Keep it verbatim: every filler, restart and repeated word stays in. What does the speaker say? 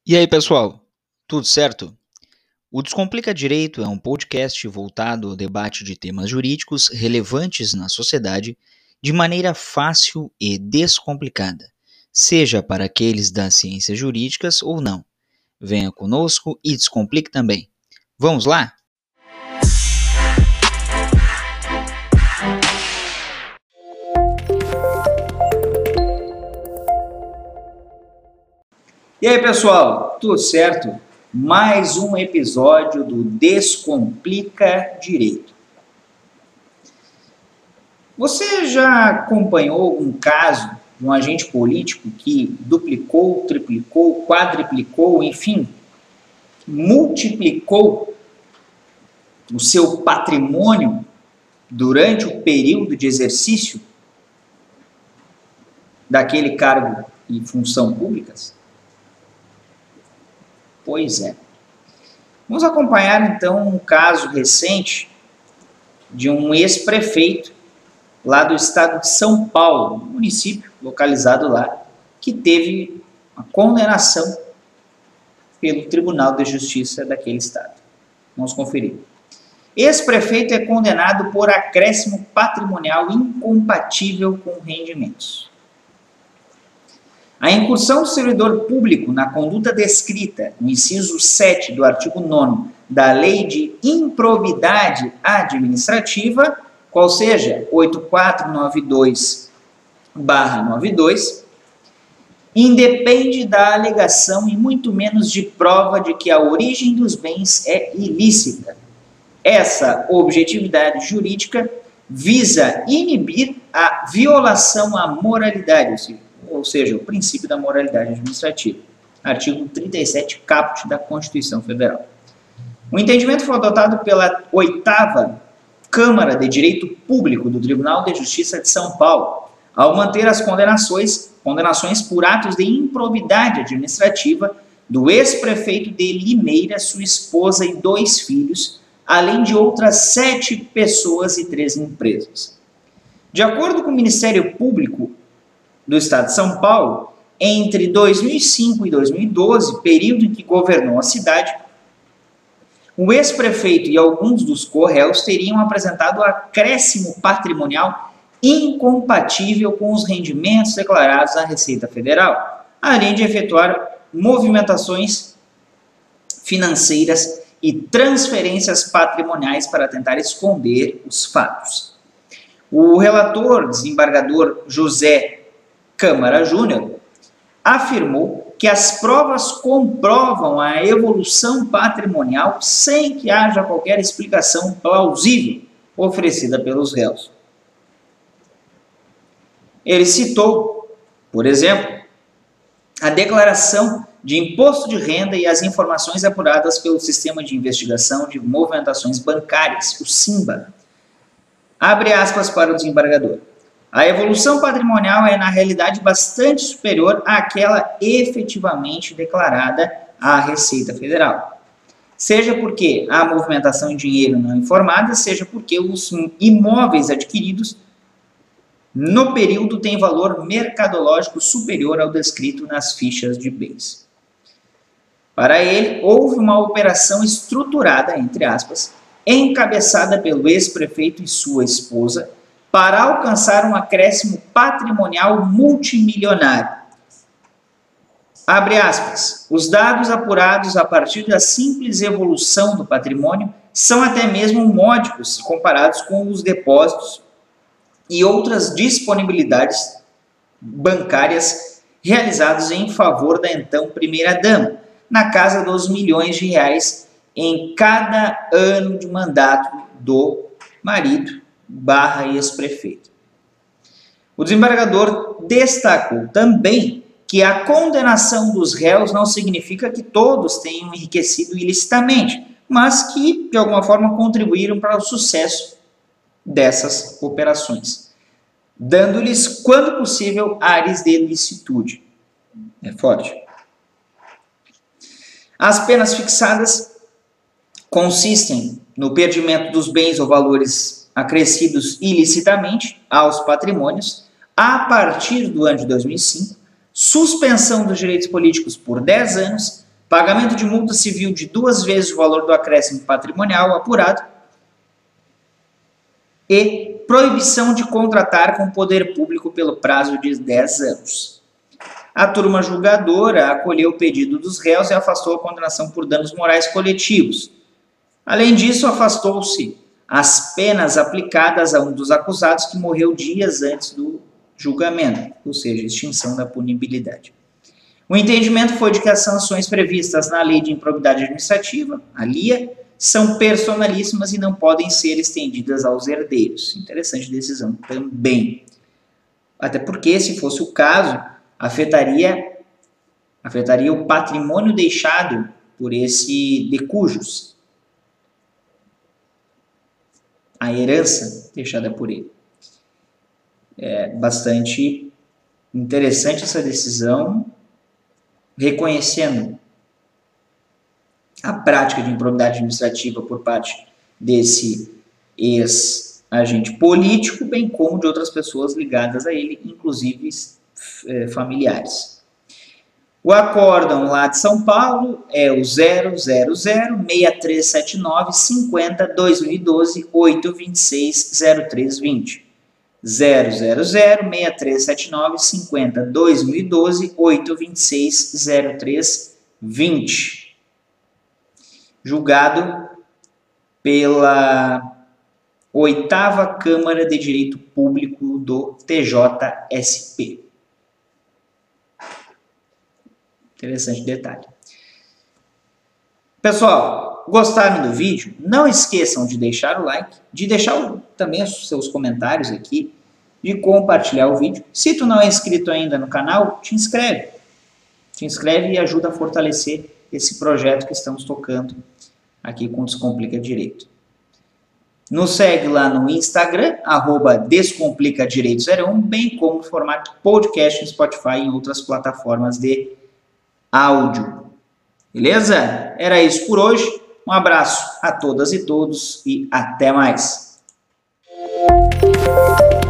E aí, pessoal, tudo certo? O Descomplica Direito é um podcast voltado ao debate de temas jurídicos relevantes na sociedade de maneira fácil e descomplicada, seja para aqueles das ciências jurídicas ou não. Venha conosco e descomplique também. Vamos lá? E aí, pessoal, tudo certo? Mais um episódio do Descomplica Direito. Você já acompanhou algum caso de um agente político que duplicou, triplicou, quadriplicou, enfim, multiplicou o seu patrimônio durante o período de exercício daquele cargo e função públicas? Pois é. Vamos acompanhar então um caso recente de um ex-prefeito lá do estado de São Paulo, um município localizado lá, que teve uma condenação pelo Tribunal de Justiça daquele estado. Vamos conferir. Ex-prefeito é condenado por acréscimo patrimonial incompatível com rendimentos. A incursão do servidor público na conduta descrita no inciso sete do artigo nono da Lei de Improbidade Administrativa, qual seja oito mil quatrocentos e noventa e dois barra noventa e dois, independe da alegação e muito menos de prova de que a origem dos bens é ilícita. Essa objetividade jurídica visa inibir a violação à moralidade, ou seja, o princípio da moralidade administrativa. Artigo trinta e sete caput da Constituição Federal. O entendimento foi adotado pela oitava Câmara de Direito Público do Tribunal de Justiça de São Paulo, ao manter as condenações, condenações por atos de improbidade administrativa do ex-prefeito de Limeira, sua esposa e dois filhos, além de outras sete pessoas e três empresas. De acordo com o Ministério Público do Estado de São Paulo, entre dois mil e cinco e dois mil e doze, período em que governou a cidade, o ex-prefeito e alguns dos co-réus teriam apresentado acréscimo patrimonial incompatível com os rendimentos declarados à Receita Federal, além de efetuar movimentações financeiras e transferências patrimoniais para tentar esconder os fatos. O relator, desembargador José Câmara Júnior, afirmou que as provas comprovam a evolução patrimonial sem que haja qualquer explicação plausível oferecida pelos réus. Ele citou, por exemplo, a declaração de imposto de renda e as informações apuradas pelo Sistema de Investigação de Movimentações Bancárias, o SIMBA. Abre aspas para o desembargador. A evolução patrimonial é, na realidade, bastante superior àquela efetivamente declarada à Receita Federal. Seja porque há movimentação em dinheiro não informada, seja porque os imóveis adquiridos no período têm valor mercadológico superior ao descrito nas fichas de bens. Para ele, houve uma operação estruturada, entre aspas, encabeçada pelo ex-prefeito e sua esposa, para alcançar um acréscimo patrimonial multimilionário. Abre aspas. Os dados apurados a partir da simples evolução do patrimônio são até mesmo módicos comparados com os depósitos e outras disponibilidades bancárias realizados em favor da então primeira-dama, na casa dos milhões de reais em cada ano de mandato do marido barra ex-prefeito. O desembargador destacou também que a condenação dos réus não significa que todos tenham enriquecido ilicitamente, mas que, de alguma forma, contribuíram para o sucesso dessas operações, dando-lhes, quando possível, ares de licitude. É forte. As penas fixadas consistem no perdimento dos bens ou valores acrescidos ilicitamente aos patrimônios a partir do ano de dois mil e cinco, suspensão dos direitos políticos por dez anos, pagamento de multa civil de duas vezes o valor do acréscimo patrimonial apurado e proibição de contratar com o poder público pelo prazo de dez anos. A turma julgadora acolheu o pedido dos réus e afastou a condenação por danos morais coletivos. Além disso, afastou-se as penas aplicadas a um dos acusados que morreu dias antes do julgamento, ou seja, extinção da punibilidade. O entendimento foi de que as sanções previstas na Lei de Improbidade Administrativa, a L I A, são personalíssimas e não podem ser estendidas aos herdeiros. Interessante decisão também. Até porque, se fosse o caso, afetaria, afetaria o patrimônio deixado por esse de cujos. A herança deixada por ele. É bastante interessante essa decisão, reconhecendo a prática de improbidade administrativa por parte desse ex-agente político, bem como de outras pessoas ligadas a ele, inclusive é, familiares. O acórdão lá de São Paulo é o zero zero zero, seis três sete nove, cinquenta, dois mil e doze, oito vinte e seis, zero três vinte. zero zero zero, seis três sete nove, cinquenta, dois mil e doze, oito vinte e seis, zero três vinte. Julgado pela oitava Câmara de Direito Público do T J S P. Interessante detalhe. Pessoal, gostaram do vídeo? Não esqueçam de deixar o like, de deixar o, também os seus comentários aqui, de compartilhar o vídeo. Se tu não é inscrito ainda no canal, te inscreve. Te inscreve e ajuda a fortalecer esse projeto que estamos tocando aqui com Descomplica Direito. Nos segue lá no Instagram, arroba Descomplica Direito zero um, bem como no formato podcast no Spotify e em outras plataformas de áudio. Beleza? Era isso por hoje. Um abraço a todas e todos e até mais.